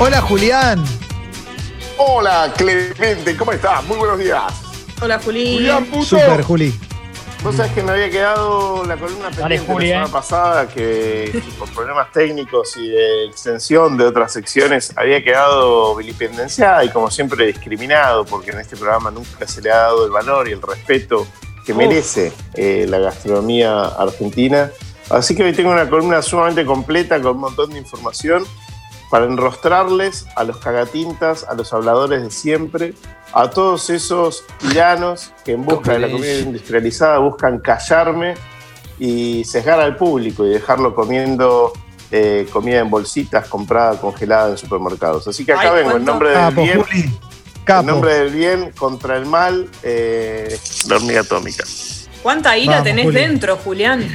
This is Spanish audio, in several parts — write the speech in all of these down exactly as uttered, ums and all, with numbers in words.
Hola, Julián. Hola, Clemente, ¿cómo estás? Muy buenos días. Hola, Juli. Julián, puto. Super, Juli. Vos sabés que me había quedado la columna pendiente Juli, la semana eh. pasada, que por problemas técnicos y de extensión de otras secciones había quedado vilipendiada y como siempre discriminado, porque en este programa nunca se le ha dado el valor y el respeto que merece eh, la gastronomía argentina. Así que hoy tengo una columna sumamente completa con un montón de información para enrostrarles a los cagatintas, a los habladores de siempre, a todos esos tiranos que en busca de la comida industrializada buscan callarme y sesgar al público y dejarlo comiendo eh, comida en bolsitas comprada, congelada en supermercados. Así que acá Ay, vengo en ¿cuánto? nombre del Capo, bien, Juli. en Capo. nombre del bien contra el mal, eh, la hormiga atómica. ¿Cuánta ira Vamos, tenés Juli. dentro, Julián?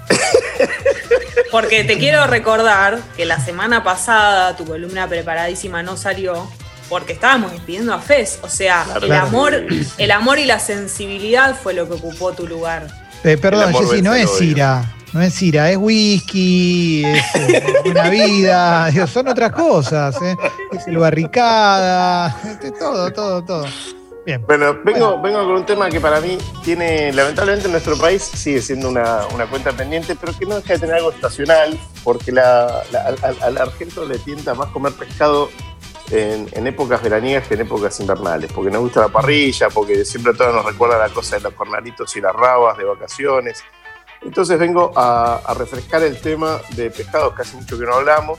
Porque te quiero recordar que la semana pasada tu columna preparadísima no salió porque estábamos despidiendo a Fez. O sea, Claro. el amor, el amor y la sensibilidad fue lo que ocupó tu lugar. Eh, perdón, El amor Jessy, no vence es el odio. ira. No es ira, es whisky, es eh, una vida. Digo, son otras cosas. ¿eh? Es el barricada. este, todo, todo, todo. Bien. Bueno, vengo, vengo con un tema que para mí tiene, lamentablemente en nuestro país sigue siendo una, una cuenta pendiente, pero que no deja de tener algo estacional, porque la, la- al, al- al argento le tienta más comer pescado en, en épocas veraniegas que en épocas invernales, porque nos gusta la parrilla, porque siempre a todos nos recuerda la cosa de los cornalitos y las rabas de vacaciones. Entonces vengo a, a refrescar el tema de pescados, que hace mucho que no hablamos,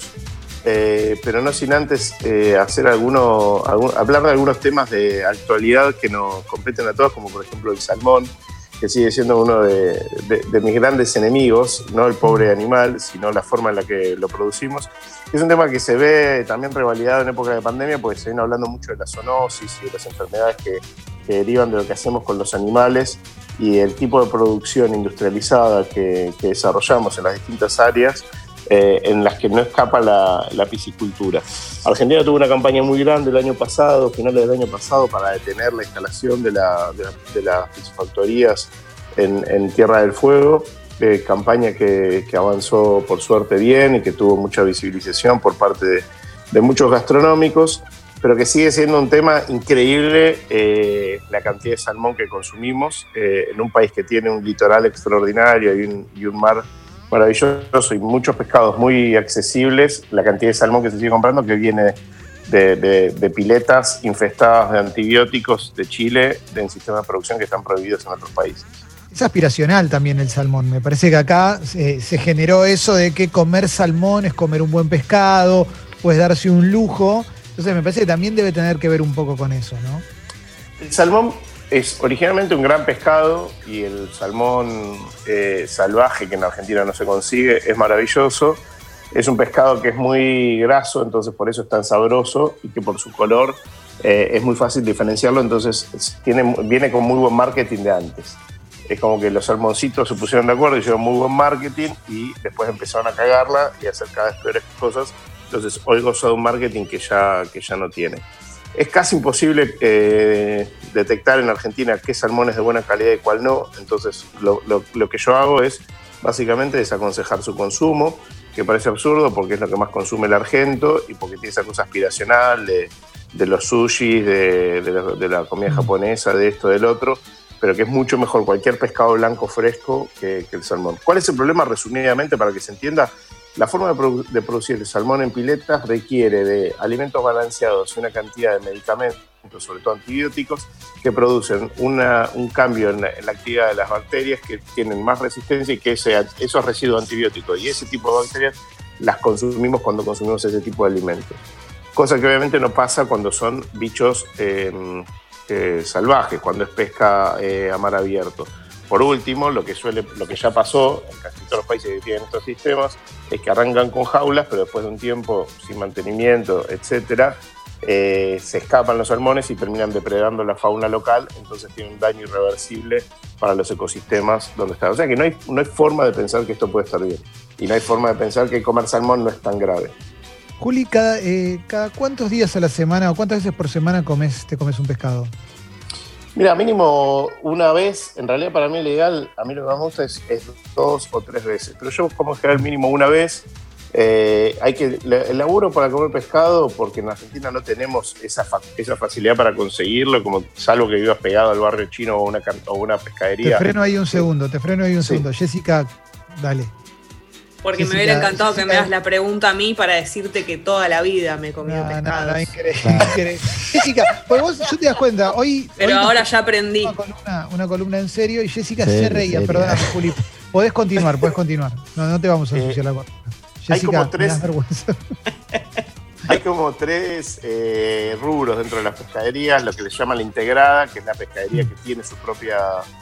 eh, pero no sin antes eh, hacer alguno, algún- hablar de algunos temas de actualidad que nos competen a todos, como por ejemplo el salmón, que sigue siendo uno de, de- de mis grandes enemigos, no el pobre animal, sino la forma en la que lo producimos. Es un tema que se ve también revalidado en época de pandemia, porque se viene hablando mucho de la zoonosis y de las enfermedades que, que derivan de lo que hacemos con los animales y el tipo de producción industrializada que, que desarrollamos en las distintas áreas, eh, en las que no escapa la, la piscicultura. Argentina tuvo una campaña muy grande el año pasado, finales del año pasado, para detener la instalación de, la, de, la- de las piscifactorías en, en Tierra del Fuego, eh, campaña que, que avanzó por suerte bien y que tuvo mucha visibilización por parte de, de muchos gastronómicos, pero que sigue siendo un tema increíble eh, la cantidad de salmón que consumimos eh, en un país que tiene un litoral extraordinario y un, y un mar maravilloso y muchos pescados muy accesibles. La cantidad de salmón que se sigue comprando que viene de, de- de piletas infestadas de antibióticos de Chile, de en sistemas de producción que están prohibidos en otros países. Es aspiracional también el salmón. Me parece que acá eh, se generó eso de que comer salmón es comer un buen pescado, pues darse un lujo. Entonces me parece que también debe tener que ver un poco con eso, ¿no? El salmón es originalmente un gran pescado y el salmón eh, salvaje, que en Argentina no se consigue, es maravilloso. Es un pescado que es muy graso, entonces por eso es tan sabroso y que por su color eh, es muy fácil diferenciarlo, entonces es- tiene, viene con muy buen marketing de antes. Es como que los salmoncitos se pusieron de acuerdo, hicieron muy buen marketing y después empezaron a cagarla y a hacer cada vez peores cosas. Entonces hoy goza de un marketing que ya, que ya no tiene. Es casi imposible eh, detectar en Argentina qué salmón es de buena calidad y cuál no. Entonces lo, lo- lo que yo hago es básicamente desaconsejar su consumo, que parece absurdo porque es lo que más consume el argento y porque tiene esa cosa aspiracional de, de los sushis, de, de la, de la comida japonesa, de esto, del otro, pero que es mucho mejor cualquier pescado blanco fresco que, que el salmón. ¿Cuál es el problema? Resumidamente, para que se entienda, la forma de, produ- de producir el salmón en piletas requiere de alimentos balanceados y una cantidad de medicamentos, sobre todo antibióticos, que producen una, un cambio en la, en la actividad de las bacterias que tienen más resistencia y que ese, esos residuos antibióticos y ese tipo de bacterias las consumimos cuando consumimos ese tipo de alimentos. Cosa que obviamente no pasa cuando son bichos eh, eh, salvajes, cuando es pesca eh, a mar abierto. Por último, lo que, suele, lo que ya pasó en casi todos los países que tienen estos sistemas es que arrancan con jaulas, pero después de un tiempo sin mantenimiento, etcétera, eh, se escapan los salmones y terminan depredando la fauna local, entonces tiene un daño irreversible para los ecosistemas donde están. O sea que no hay, no hay forma de pensar que esto puede estar bien y no hay forma de pensar que comer salmón no es tan grave. Juli, ¿cada, eh, ¿cada cuántos días a la semana o cuántas veces por semana comes, te comes un pescado? Mira, mínimo una vez, en realidad para mí lo ideal, a mí lo que más me gusta es, es dos o tres veces, pero yo como en general mínimo una vez, Eh, hay que, el laburo para comer pescado, porque en Argentina no tenemos esa, fa, esa facilidad para conseguirlo, como salvo que vivas pegado al barrio chino o una, o una pescadería. Te freno ahí un segundo, te freno ahí un sí. segundo. Jessica, dale. Porque Jessica, me hubiera encantado Jessica, que me hagas la pregunta a mí para decirte que toda la vida me comí no, pescados. No, no, increíble, increíble. Jessica, pues vos, yo te das cuenta, hoy... Pero hoy ahora ya aprendí. Una columna, una columna en serio y Jessica sí, se reía, perdóname, Juli. Podés continuar, podés continuar. No, no te vamos a ensuciar eh, la columna. Jessica, hay como tres, hay como tres eh, rubros dentro de las pescaderías, lo que les llama la integrada, que es la pescadería que tiene su propia,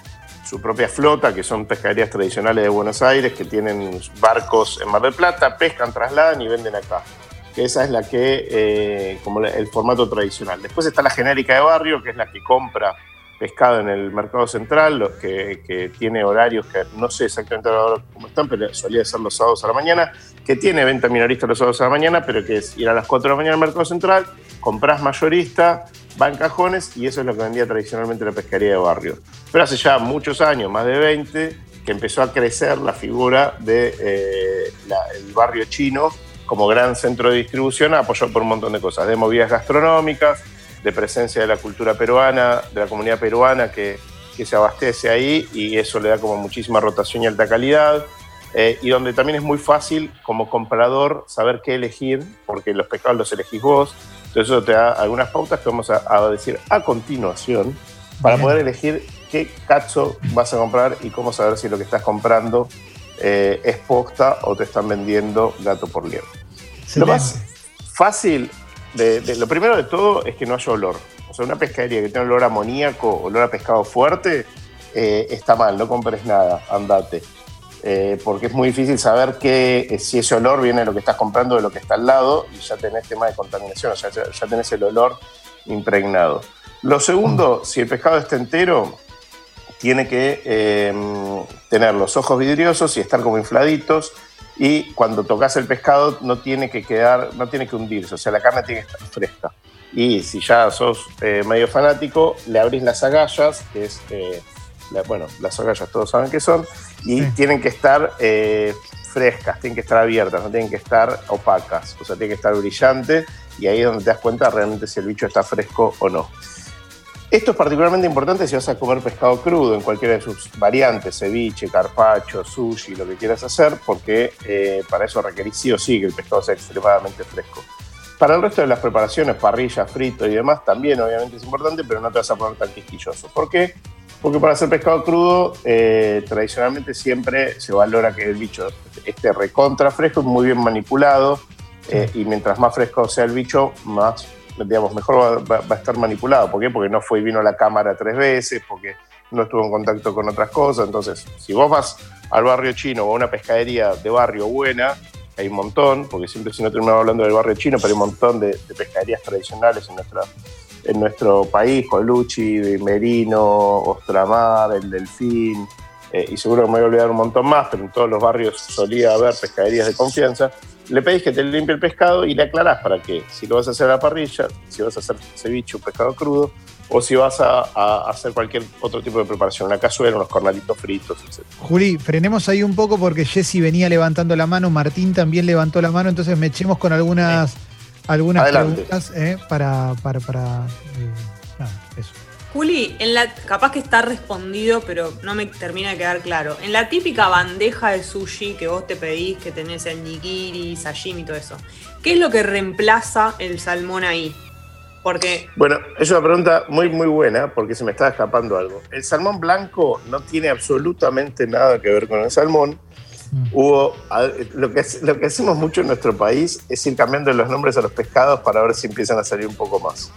su propia flota, que son pescaderías tradicionales de Buenos Aires, que tienen barcos en Mar del Plata, pescan, trasladan y venden acá. Que esa es la que, eh, como el formato tradicional. Después está la genérica de barrio, que es la que compra pescado en el mercado central, los que, que tiene horarios que no sé exactamente ahora cómo están, pero solía ser los sábados a la mañana, que tiene venta minorista los sábados a la mañana, pero que es ir a las cuatro de la mañana al mercado central, comprás mayorista, va en cajones, y eso es lo que vendía tradicionalmente la pescadería de barrio. Pero hace ya muchos años, más de veinte, que empezó a crecer la figura del de, eh, barrio chino como gran centro de distribución, apoyado por un montón de cosas, de movidas gastronómicas, de presencia de la cultura peruana, de la comunidad peruana que, que se abastece ahí, y eso le da como muchísima rotación y alta calidad, eh, y donde también es muy fácil como comprador saber qué elegir, porque los pescados los elegís vos, entonces eso te da algunas pautas que vamos a, a decir a continuación, para Bien. poder elegir qué cacho vas a comprar y cómo saber si lo que estás comprando eh, es posta o te están vendiendo gato por liebre. Lo más fácil... De, de, lo primero de todo es que no haya olor. O sea, una pescadería que tiene olor a amoníaco, olor a pescado fuerte, eh, está mal, no compres nada, andate. Eh, porque es muy difícil saber que, eh, si ese olor viene de lo que estás comprando, de lo que está al lado, y ya tenés tema de contaminación, o sea, ya, ya tenés el olor impregnado. Lo segundo, si el pescado está entero, tiene que eh, tener los ojos vidriosos y estar como infladitos, y cuando tocas el pescado no tiene que quedar, no tiene que hundirse, o sea, la carne tiene que estar fresca. Y si ya sos eh, medio fanático, le abrís las agallas, que es, eh, la, bueno, las agallas todos saben qué son, y sí. tienen que estar eh, frescas, tienen que estar abiertas, no tienen que estar opacas, o sea, tienen que estar brillantes, y ahí es donde te das cuenta realmente si el bicho está fresco o no. Esto es particularmente importante si vas a comer pescado crudo en cualquiera de sus variantes, ceviche, carpaccio, sushi, lo que quieras hacer, porque eh, para eso requerís sí o sí que el pescado sea extremadamente fresco. Para el resto de las preparaciones, parrilla, frito y demás, también obviamente es importante, pero no te vas a poner tan quisquilloso. ¿Por qué? Porque para hacer pescado crudo, eh, tradicionalmente siempre se valora que el bicho esté recontra fresco y muy bien manipulado, eh, y mientras más fresco sea el bicho, más... digamos, mejor va, va, va a estar manipulado. ¿Por qué? Porque no fue y vino a la cámara tres veces, porque no estuvo en contacto con otras cosas. Entonces, si vos vas al barrio chino o a una pescadería de barrio buena, hay un montón, porque siempre si no terminamos hablando del barrio chino, pero hay un montón de, de pescaderías tradicionales en, nuestra, en nuestro país, Colucci, Merino, Ostramar, El Delfín, eh, y seguro que me voy a olvidar un montón más, pero en todos los barrios solía haber pescaderías de confianza. Le pedís que te limpie el pescado y le aclarás para qué. Si lo vas a hacer a la parrilla, si vas a hacer ceviche, un pescado crudo, o si vas a, a hacer cualquier otro tipo de preparación, una cazuela, unos cornalitos fritos, etcétera. Juli, frenemos ahí un poco porque Jessy venía levantando la mano, Martín también levantó la mano, entonces me echemos con algunas, algunas preguntas eh, para... para, para eh, nada, eso. Juli, en la, capaz que está respondido, pero no me termina de quedar claro. En la típica bandeja de sushi que vos te pedís, que tenés el nigiri, sashimi y todo eso, ¿qué es lo que reemplaza el salmón ahí? Porque... Bueno, es una pregunta muy, muy buena, porque se me está escapando algo. El salmón blanco no tiene absolutamente nada que ver con el salmón. Mm. Hubo, lo que, lo que hacemos mucho en nuestro país es ir cambiando los nombres a los pescados para ver si empiezan a salir un poco más.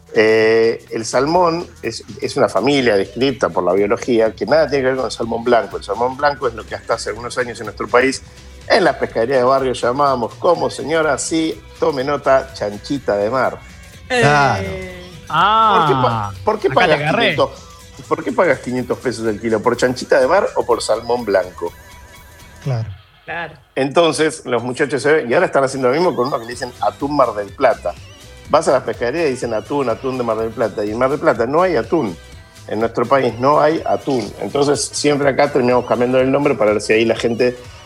Eh, el salmón es, es una familia descrita por la biología que nada tiene que ver con el salmón blanco. El salmón blanco es lo que hasta hace algunos años en nuestro país en las pescaderías de barrio llamábamos como, señora, sí, tome nota, chanchita de mar. Claro. Eh... Ah, ¿Por qué, por qué pagas quinientos, ¿Por qué pagas quinientos pesos el kilo? ¿Por chanchita de mar o por salmón blanco? Claro. Claro. Entonces los muchachos se ven y ahora están haciendo lo mismo con uno que le dicen atún Mar del Plata. Vas a las pescaderías y dicen atún, atún de Mar del Plata. Y en Mar del Plata no hay atún. En nuestro país no hay atún. Entonces siempre acá terminamos cambiando el nombre para ver si ahí la gente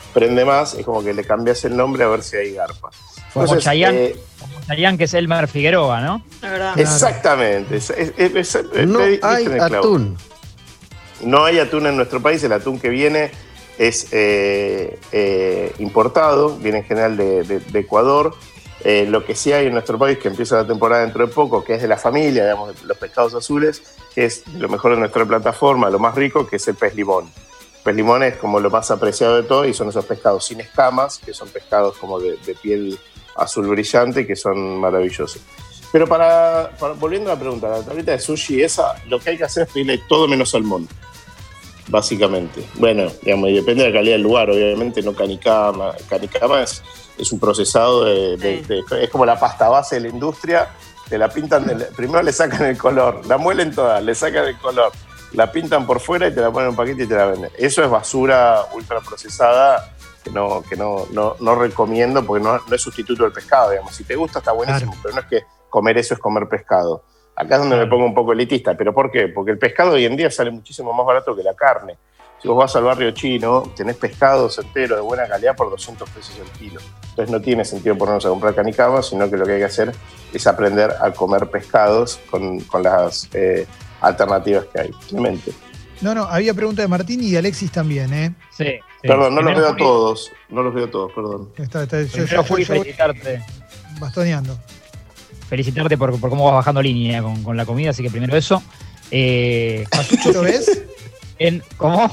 prende más, es como que le cambias el nombre a ver si hay garpa. Como Entonces, Chayanne, eh, como Chayanne, que es Elmer Figueroa, ¿no? La verdad. Exactamente. Es, es, es, es, No diste hay en el clavo. atún. No hay atún en nuestro país, el atún que viene es eh, eh, importado, viene en general de, de, de Ecuador. Eh, lo que sí hay en nuestro país, que empieza la temporada dentro de poco, que es de la familia, digamos, los pescados azules, que es lo mejor de nuestra plataforma, lo más rico, que es el pez limón. El pez limón es como lo más apreciado de todo y son esos pescados sin escamas, que son pescados como de, de piel azul brillante, que son maravillosos. Pero para, para volviendo a la pregunta, la tablita de sushi, esa, lo que hay que hacer es pedirle todo menos salmón, básicamente. Bueno, digamos, y depende de la calidad del lugar, obviamente, no canicama. Canicama es, es un procesado, de, de, de, es como la pasta base de la industria, te la pintan, de, primero le sacan el color, la muelen toda, le sacan el color, la pintan por fuera y te la ponen en un paquete y te la venden. Eso es basura ultra procesada que no, que no, no, no recomiendo porque no, no es sustituto del pescado, digamos. Si te gusta está buenísimo, claro. Pero no es que comer eso es comer pescado. Acá es donde me pongo un poco elitista. ¿Pero por qué? Porque el pescado hoy en día sale muchísimo más barato que la carne. Si vos vas al barrio chino, tenés pescados enteros de buena calidad por doscientos pesos el kilo. Entonces no tiene sentido ponernos a comprar canicama, sino que lo que hay que hacer es aprender a comer pescados con, con las eh, alternativas que hay. Clemente. No, no, había pregunta de Martín y de Alexis también, ¿eh? Sí. sí. Perdón, no Primero los veo a Juli. todos. No los veo a todos, perdón. Está, está, yo, Primero, yo, Juli, yo voy felicitarte. bastoneando. Felicitarte por, por cómo vas bajando línea con, con la comida, así que primero eso. Eh, ¿A Sucho lo ves? en, ¿Cómo?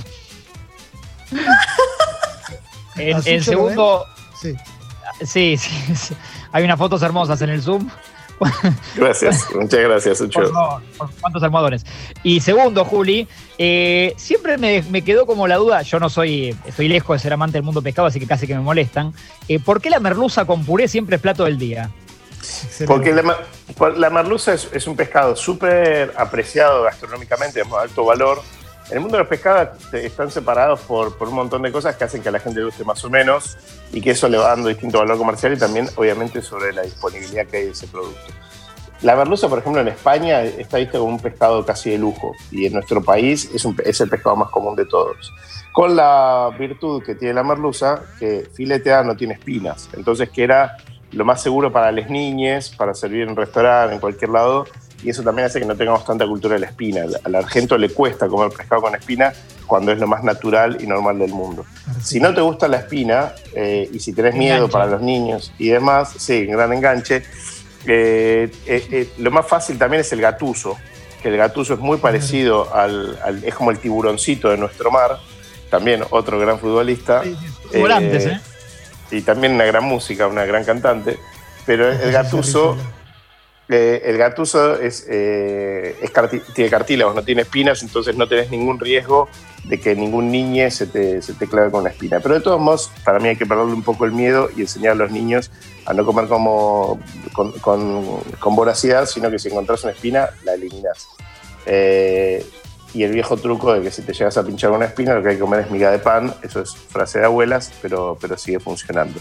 en, ¿A en Sucho lo segundo... Sí. Sí, sí, sí. Hay unas fotos hermosas en el Zoom. Gracias, muchas gracias, Sucho. Por favor, por cuántos almohadones. Y segundo, Juli, eh, siempre me, me quedó como la duda, yo no soy, estoy lejos de ser amante del mundo pescado, así que casi que me molestan. Eh, ¿Por qué la merluza con puré siempre es plato del día? Excelente. Porque la, la merluza es, es un pescado súper apreciado gastronómicamente, de alto valor. En el mundo de los pescados están separados por, por un montón de cosas que hacen que a la gente le guste más o menos y que eso le va dando distinto valor comercial y también, obviamente, sobre la disponibilidad que hay de ese producto. La merluza, por ejemplo, en España está vista como un pescado casi de lujo y en nuestro país es, un, es el pescado más común de todos. Con la virtud que tiene la merluza, que fileteada no tiene espinas, entonces que era lo más seguro para las niñas, para servir en un restaurante, en cualquier lado, y eso también hace que no tengamos tanta cultura de la espina. Al argento le cuesta comer pescado con espina cuando es lo más natural y normal del mundo. Si no te gusta la espina eh, y si tenés Enganche. miedo para los niños y demás, sí, un gran enganche, eh, eh, eh, lo más fácil también es el gatuso, que el gatuso es muy parecido al, al es como el tiburoncito de nuestro mar, también otro gran futbolista. Sí, sí, volantes, ¿eh? Y también una gran música, una gran cantante, pero el gatuso... Eh, el gatuso es, eh, es carti- tiene cartílagos, no tiene espinas, entonces no tenés ningún riesgo de que ningún niño se te, se te clave con una espina. Pero de todos modos, para mí hay que perderle un poco el miedo y enseñar a los niños a no comer como con, con, con voracidad, sino que si encontrás una espina, la eliminás. Eh, y el viejo truco de que si te llegas a pinchar una espina, lo que hay que comer es miga de pan, eso es frase de abuelas, pero, pero sigue funcionando.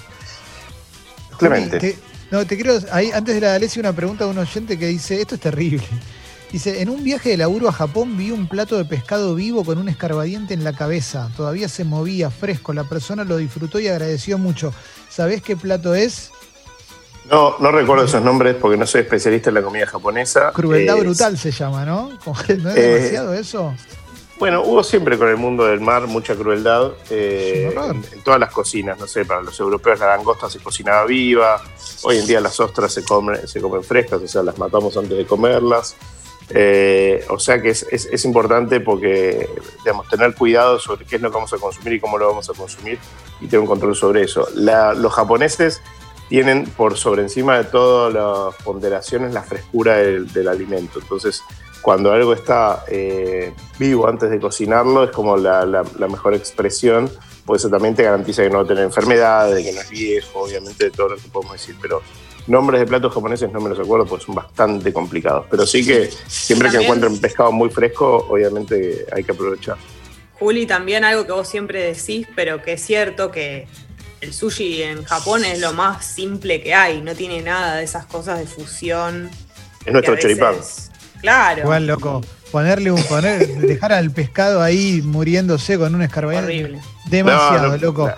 Clemente. Te, no, te quiero, ahí, antes de la de Alessi, una pregunta de un oyente que dice, esto es terrible. Dice, en un viaje de laburo a Japón vi un plato de pescado vivo con un escarbadiente en la cabeza. Todavía se movía, fresco. La persona lo disfrutó y agradeció mucho. ¿Sabés qué plato es? No, no recuerdo esos nombres porque no soy especialista en la comida japonesa. Crueldad Eh, brutal se llama, ¿no? ¿No es eh, demasiado eso? Bueno, hubo siempre con el mundo del mar mucha crueldad eh, Es un horror. en, en todas las cocinas. No sé, para los europeos la langosta se cocinaba viva. Hoy en día las ostras se comen, se comen frescas, o sea, las matamos antes de comerlas. Eh, o sea que es, es, es importante porque, digamos, tener cuidado sobre qué es lo que vamos a consumir y cómo lo vamos a consumir y tener un control sobre eso. La, los japoneses tienen por sobre encima de todas las ponderaciones la frescura del, del alimento. Entonces, cuando algo está eh, vivo antes de cocinarlo, es como la, la, la mejor expresión, porque eso también te garantiza que no va a tener enfermedades, de que no es viejo, obviamente, de todo lo que podemos decir. Pero nombres de platos japoneses no me los acuerdo porque son bastante complicados. Pero sí que siempre que También- encuentren pescado muy fresco, obviamente hay que aprovechar. Juli, también algo que vos siempre decís, pero que es cierto que el sushi en Japón es lo más simple que hay, no tiene nada de esas cosas de fusión. Es nuestro que a veces- choripán. Claro. Igual, loco. Ponerle un, poner, dejar al pescado ahí muriéndose con un escarbadiente. Horrible. Demasiado, No, no, loco. la- la-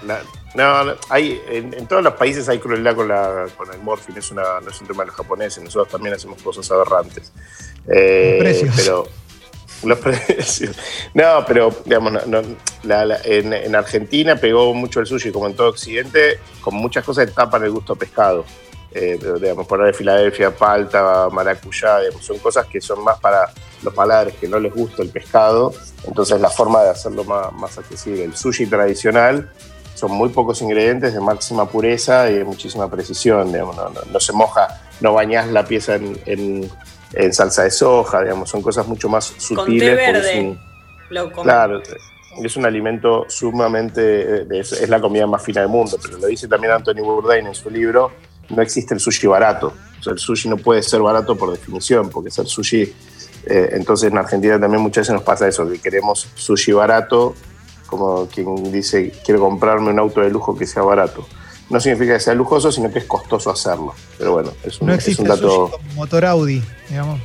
No, no, hay, en, en todos los países hay crueldad con, la, con el morphing, es una, no es un tema de los japoneses, nosotros también hacemos cosas aberrantes. Eh, los precios. Pero, los precios. No, pero digamos, no, no, la, la, en, en Argentina pegó mucho el sushi, como en todo Occidente, con muchas cosas que tapan el gusto a pescado. Eh, pero, digamos, por de Filadelfia, palta, maracuyá, digamos, son cosas que son más para los paladares que no les gusta el pescado, entonces la forma de hacerlo más, más accesible. El sushi tradicional son muy pocos ingredientes de máxima pureza y de muchísima precisión, digamos, no, no, no se moja, no bañás la pieza en, en, en salsa de soja, digamos, son cosas mucho más sutiles. Con té verde, es un, lo comen. Claro, es un alimento sumamente, es, es la comida más fina del mundo, pero lo dice también Anthony Bourdain en su libro, no existe el sushi barato, o sea, el sushi no puede ser barato por definición, porque ser sushi, eh, entonces en Argentina también muchas veces nos pasa eso, que queremos sushi barato, como quien dice, quiero comprarme un auto de lujo que sea barato. No significa que sea lujoso, sino que es costoso hacerlo. Pero bueno, es un, no existe es un dato. Sushi como motor Audi, digamos.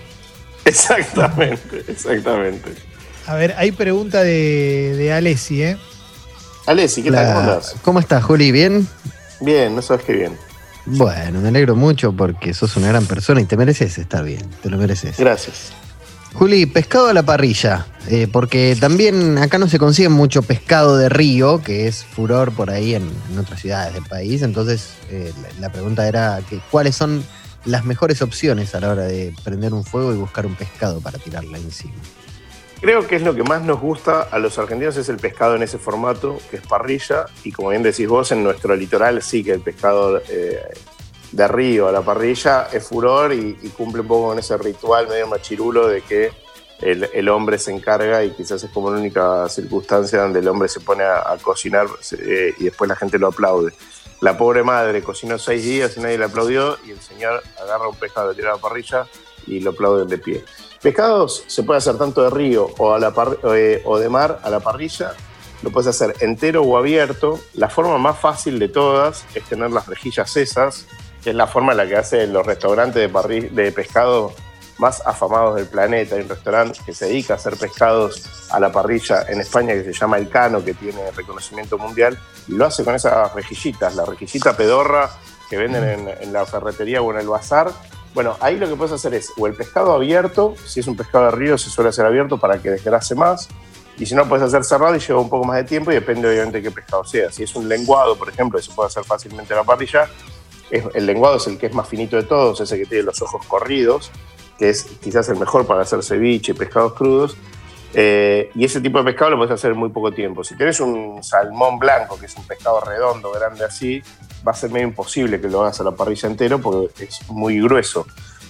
Exactamente, exactamente. A ver, hay pregunta de, de Alessi, ¿eh? Alessi, ¿qué tal? ¿Cómo andás? ¿Cómo estás, Juli? ¿Bien? Bien, no sabes qué bien. Bueno, me alegro mucho porque sos una gran persona y te mereces estar bien, te lo mereces. Gracias. Juli, pescado a la parrilla, eh, porque también acá no se consigue mucho pescado de río, que es furor por ahí en, en otras ciudades del país, entonces eh, la, la pregunta era que, ¿cuáles son las mejores opciones a la hora de prender un fuego y buscar un pescado para tirarla encima? Creo que es lo que más nos gusta a los argentinos, es el pescado en ese formato, que es parrilla, y como bien decís vos, en nuestro litoral sí que el pescado eh, de río a la parrilla es furor y, y cumple un poco con ese ritual medio machirulo de que el, el hombre se encarga y quizás es como la única circunstancia donde el hombre se pone a, a cocinar eh, y después la gente lo aplaude. La pobre madre cocinó seis días y nadie le aplaudió y el señor agarra un pescado, lo tira a la parrilla y lo aplauden de pie. Pescados se puede hacer tanto de río o, a la par, eh, o de mar a la parrilla, lo puedes hacer entero o abierto. La forma más fácil de todas es tener las rejillas esas, que es la forma en la que hacen los restaurantes de, parri- de pescado más afamados del planeta. Hay un restaurante que se dedica a hacer pescados a la parrilla en España que se llama El Cano, que tiene reconocimiento mundial, y lo hace con esas rejillitas, la rejillita pedorra que venden en, en la ferretería o en el bazar. Bueno, ahí lo que puedes hacer es o el pescado abierto, si es un pescado de río se suele hacer abierto para que desgrase más, y si no puedes hacer cerrado y lleva un poco más de tiempo y depende obviamente de qué pescado sea. Si es un lenguado, por ejemplo, que se puede hacer fácilmente a la parrilla, es, el lenguado es el que es más finito de todos, ese que tiene los ojos corridos, que es quizás el mejor para hacer ceviche y pescados crudos, eh, y ese tipo de pescado lo puedes hacer en muy poco tiempo. Si tienes un salmón blanco, que es un pescado redondo, grande así, va a ser medio imposible que lo hagas a la parrilla entero porque es muy grueso.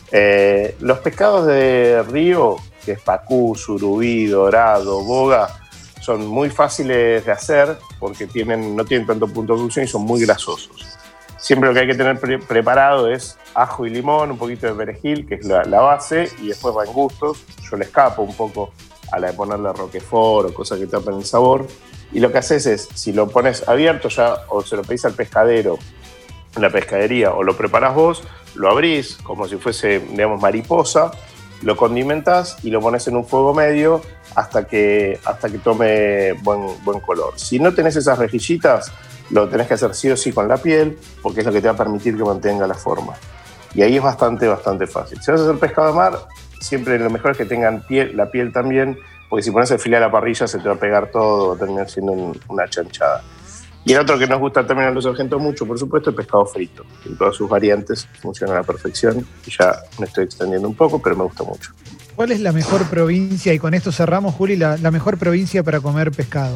Eh, los pescados de río, que es pacú, surubí, dorado, boga, son muy fáciles de hacer porque tienen, no tienen tanto punto de cocción y son muy grasosos. Siempre lo que hay que tener pre- preparado es ajo y limón, un poquito de perejil, que es la, la base, y después va en gustos. Yo le escapo un poco a la de ponerle roquefort o cosas que tapen el sabor. Y lo que haces es, si lo pones abierto ya, o se lo pedís al pescadero en la pescadería, o lo preparás vos, lo abrís como si fuese, digamos, mariposa, lo condimentás y lo pones en un fuego medio hasta que, hasta que tome buen, buen color. Si no tenés esas rejillitas, lo tenés que hacer sí o sí con la piel, porque es lo que te va a permitir que mantenga la forma. Y ahí es bastante, bastante fácil. Si vas a hacer pescado de mar, siempre lo mejor es que tengan piel, la piel también, porque si pones el filé a la parrilla se te va a pegar todo, va a terminar siendo un, una chanchada. Y el otro que nos gusta también a los argentos mucho, por supuesto, el pescado frito. En todas sus variantes funciona a la perfección. Y ya me estoy extendiendo un poco, pero me gusta mucho. ¿Cuál es la mejor provincia? Y con esto cerramos, Juli, la, la mejor provincia para comer pescado.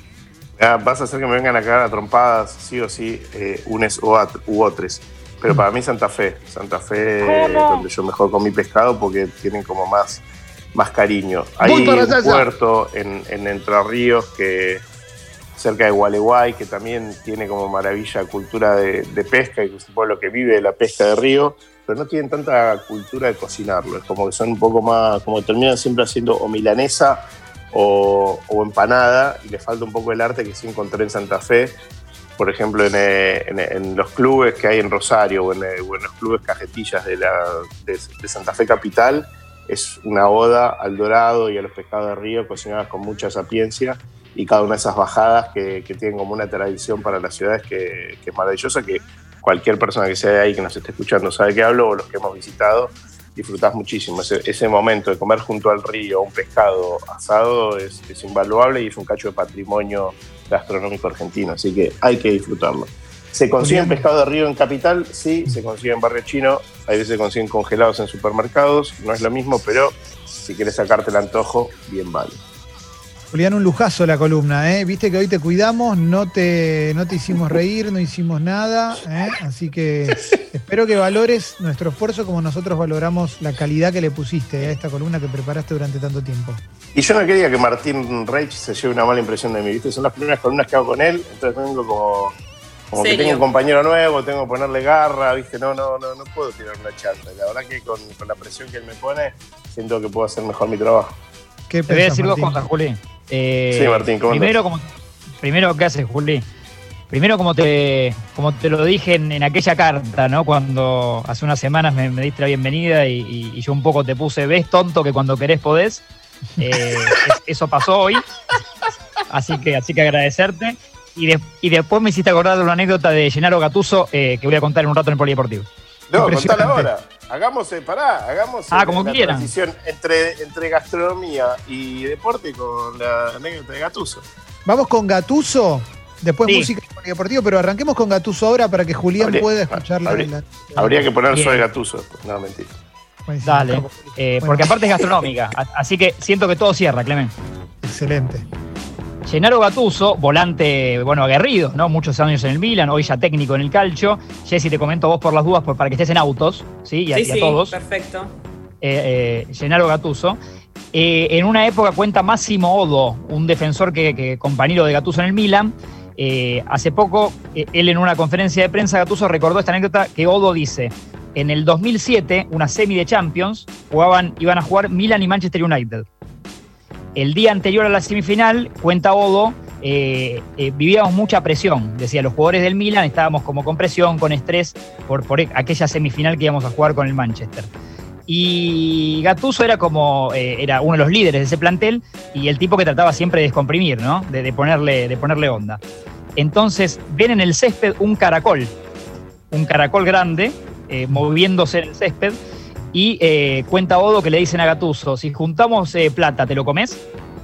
Ah, vas a hacer que me vengan a cagar a trompadas, sí o sí, eh, unes u, at- u otros. Pero para mí Santa Fe. Santa Fe es donde yo mejor comí pescado porque tienen como más, más cariño. Hay un puerto en, en Entre Ríos que cerca de Gualeguay, que también tiene como maravilla cultura de, de pesca, y es un pueblo que vive de la pesca de río, pero no tienen tanta cultura de cocinarlo. Es como que son un poco más, como terminan siempre haciendo o milanesa o, o empanada, y le falta un poco el arte que sí encontré en Santa Fe, por ejemplo, en, en, en los clubes que hay en Rosario o en, o en los clubes cajetillas de, la, de, de Santa Fe Capital. Es una oda al dorado y a los pescados de río cocinadas con mucha sapiencia. y cada una de esas bajadas que, que tienen como una tradición para las ciudades que, que es maravillosa, que cualquier persona que sea de ahí, que nos esté escuchando, sabe qué hablo, o los que hemos visitado, disfrutás muchísimo. Ese, ese momento de comer junto al río un pescado asado es, es invaluable y es un cacho de patrimonio gastronómico argentino, así que hay que disfrutarlo. ¿Se consiguen pescado de río en Capital? Sí, se consigue en Barrio Chino, hay veces se consiguen congelados en supermercados, no es lo mismo, pero si quieres sacarte el antojo, bien vale. Julián, un lujazo la columna, ¿eh? Viste que hoy te cuidamos, no te, no te hicimos reír, no hicimos nada, ¿eh? Así que espero que valores nuestro esfuerzo como nosotros valoramos la calidad que le pusiste a esta columna que preparaste durante tanto tiempo. Y yo no quería que Martín Reich se lleve una mala impresión de mí, ¿viste? Son las primeras columnas que hago con él, entonces vengo como, como que tengo un compañero nuevo, tengo que ponerle garra, ¿viste? No, no, no, no puedo tirar una chanta. La verdad que con, con la presión que él me pone, siento que puedo hacer mejor mi trabajo. ¿Qué Te voy a pensás, decir Martín? dos cosas, Juli. Eh, Sí, Martín, ¿cómo primero, andás? como, primero, ¿qué haces, Juli? Primero, como te, como te lo dije en, en aquella carta, ¿no? Cuando hace unas semanas me, me diste la bienvenida y, y- y yo un poco te puse, ves, tonto, que cuando querés podés. Eh, es- eso pasó hoy. Así que, así que agradecerte. Y, de- y después me hiciste acordar de una anécdota de Gennaro Gattuso eh, que voy a contar en un rato en el Polideportivo. No, Impresionante. contala ahora. Hagamos, eh, pará, hagamos Ah, eh, como la quieran. transición entre, entre gastronomía y deporte con la anécdota de Gattuso. Vamos con Gattuso, después Sí. música y polideportivo, pero arranquemos con Gattuso ahora para que Julián Habría- pueda escuchar la... habría- la- Habría que poner Bien. Soy Gattuso después. No, mentira. Buenísimo. Dale. Eh, Bueno. porque aparte es gastronómica. a- Así que siento que todo cierra, Clemen. Excelente. Gennaro Gattuso, volante, bueno, aguerrido, ¿no? Muchos años en el Milan, hoy ya técnico en el calcio. Jessy, te comento vos por las dudas por- para que estés en autos, ¿sí? Y a, Sí, y a sí, todos. perfecto. Eh, eh, Gennaro Gattuso. Eh, en una época cuenta Massimo Odo, un defensor que, que compañero de Gattuso en el Milan. Eh, hace poco, eh, él en una conferencia de prensa, Gattuso recordó esta anécdota que Odo dice: en el dos mil siete, una semi de Champions, jugaban, iban a jugar Milan y Manchester United. El día anterior a la semifinal, cuenta Odo, eh, eh, vivíamos mucha presión. Decía, los jugadores del Milan estábamos como con presión, con estrés, por, por aquella semifinal que íbamos a jugar con el Manchester. Y Gattuso era como, eh, era uno de los líderes de ese plantel y el tipo que trataba siempre de descomprimir, ¿no? De, de ponerle, de ponerle onda. Entonces ven en el césped un caracol, un caracol grande, eh, moviéndose en el césped, y eh, cuenta Odo que le dicen a Gattuso, si juntamos eh, plata, ¿te lo comes?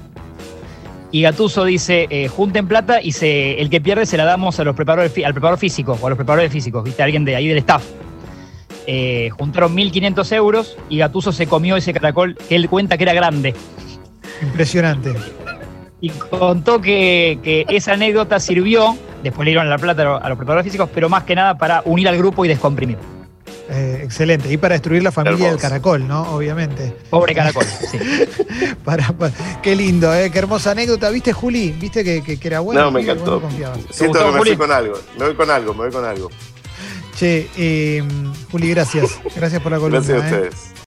Y Gattuso dice, eh, junten plata y se, el que pierde se la damos a los preparadores, fi- al preparador físico o a los preparadores físicos, ¿viste? Alguien de ahí del staff. Eh, juntaron mil quinientos euros y Gattuso se comió ese caracol que él cuenta que era grande. Impresionante. Y contó que, que esa anécdota sirvió, después le dieron la plata a los, a los preparadores físicos, pero más que nada para unir al grupo y descomprimir. Eh, excelente. Y para destruir la familia Hermoso. del caracol, ¿no? Obviamente. Pobre caracol. Sí. Para, para- Qué lindo, ¿eh? Qué hermosa anécdota. ¿Viste, Juli? ¿Viste que, que- que era bueno? No, me Juli? encantó. Vos no confiabas. Siento gustó, que me Juli? fui con algo. Me voy con algo, me voy con algo. Che, eh, Juli, gracias. Gracias por la columna. Gracias a ¿eh? ustedes.